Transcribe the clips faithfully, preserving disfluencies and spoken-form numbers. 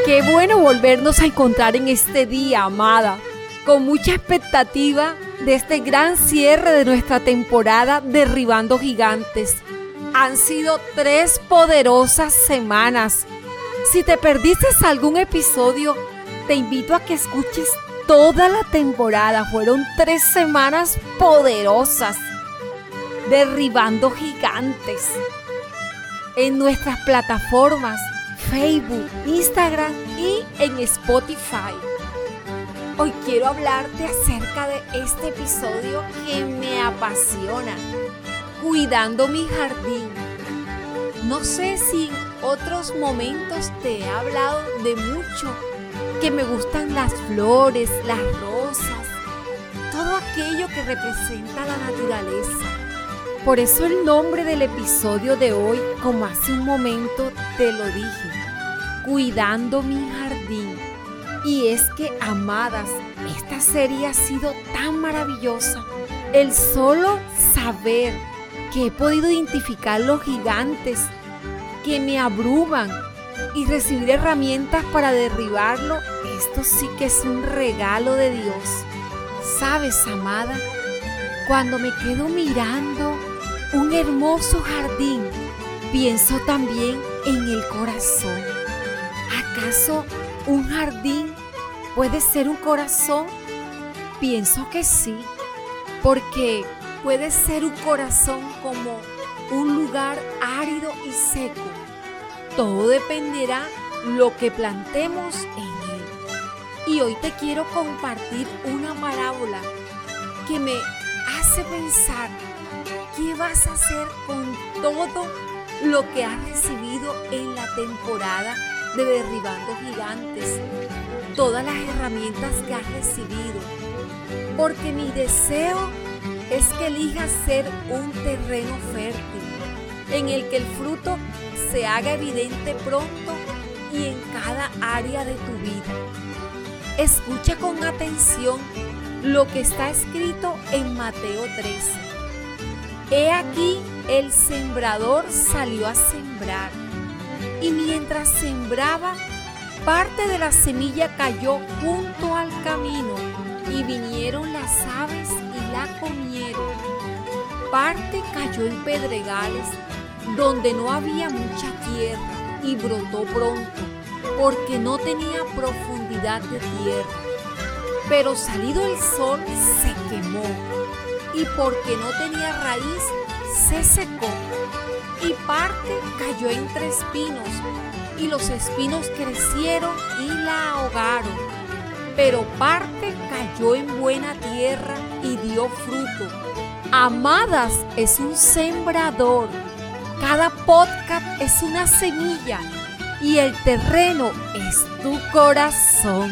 Qué bueno volvernos a encontrar en este día, amada, con mucha expectativa de este gran cierre de nuestra temporada Derribando Gigantes. Han sido tres poderosas semanas. Si te perdiste algún episodio, te invito a que escuches toda la temporada. Fueron tres semanas poderosas, derribando gigantes. En nuestras plataformas Facebook, Instagram y en Spotify. Hoy quiero hablarte acerca de este episodio que me apasiona, cuidando mi jardín. No sé si en otros momentos te he hablado de mucho, que me gustan las flores, las rosas, todo aquello que representa la naturaleza. Por eso el nombre del episodio de hoy, como hace un momento te lo dije, cuidando mi jardín. Y es que, amadas, esta serie ha sido tan maravillosa. El solo saber que he podido identificar los gigantes que me abruman y recibir herramientas para derribarlo, esto sí que es un regalo de Dios. ¿Sabes, amada? Cuando me quedo mirando un hermoso jardín, pienso también en el corazón. ¿Acaso un jardín puede ser un corazón? Pienso que sí, porque puede ser un corazón como un lugar árido y seco. Todo dependerá lo que plantemos en él. Y hoy te quiero compartir una parábola que me hace pensar qué vas a hacer con todo lo que has recibido en la temporada de Derribando Gigantes, todas las herramientas que has recibido, porque mi deseo es que elijas ser un terreno fértil, en el que el fruto se haga evidente pronto y en cada área de tu vida. Escucha con atención lo que está escrito en Mateo trece. He aquí, el sembrador salió a sembrar, y mientras sembraba, parte de la semilla cayó junto al camino, y vinieron las aves y la comieron. Parte cayó en pedregales, donde no había mucha tierra, y brotó pronto, porque no tenía profundidad de tierra. Pero salido el sol, se quemó, y porque no tenía raíz, se secó. Y parte cayó entre espinos, y los espinos crecieron y la ahogaron. Pero parte cayó en buena tierra y dio fruto. Amadas, es un sembrador. Cada podcast es una semilla y el terreno es tu corazón.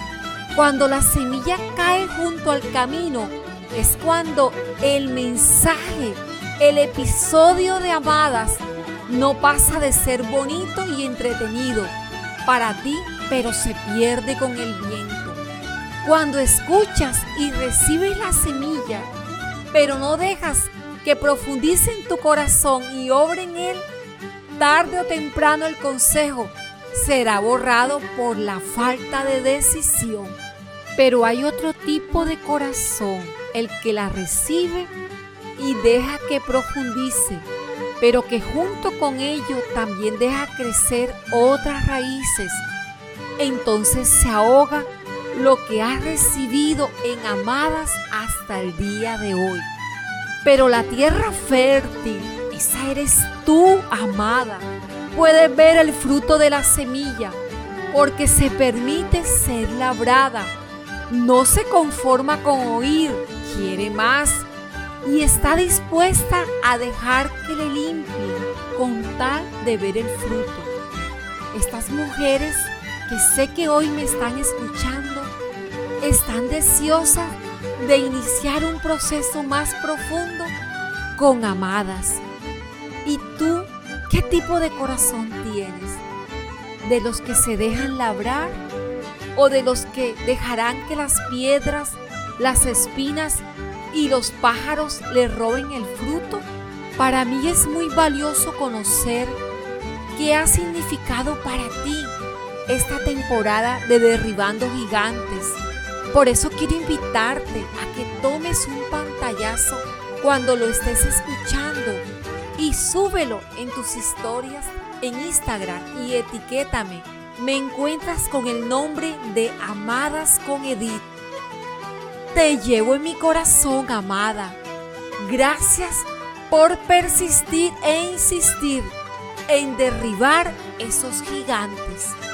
Cuando la semilla cae junto al camino, es cuando el mensaje, el episodio de Amadas no pasa de ser bonito y entretenido para ti, pero se pierde con el viento. Cuando escuchas y recibes la semilla, pero no dejas que profundice en tu corazón y obre en él, tarde o temprano el consejo será borrado por la falta de decisión. Pero hay otro tipo de corazón, el que la recibe y deja que profundice, pero que junto con ello también deja crecer otras raíces. Entonces se ahoga lo que has recibido en Amadas hasta el día de hoy. Pero la tierra fértil, esa eres tú, amada. Puedes ver el fruto de la semilla, porque se permite ser labrada. No se conforma con oír, quiere más. Y está dispuesta a dejar que le limpien con tal de ver el fruto. Estas mujeres que sé que hoy me están escuchando, están deseosas de iniciar un proceso más profundo con Amadas. ¿Y tú qué tipo de corazón tienes? ¿De los que se dejan labrar o de los que dejarán que las piedras, las espinas y los pájaros le roben el fruto? Para mí es muy valioso conocer qué ha significado para ti esta temporada de Derribando Gigantes. Por eso quiero invitarte a que tomes un pantallazo cuando lo estés escuchando y súbelo en tus historias en Instagram y etiquétame. Me encuentras con el nombre de Amadas con Edith. Te llevo en mi corazón, amada. Gracias por persistir e insistir en derribar esos gigantes.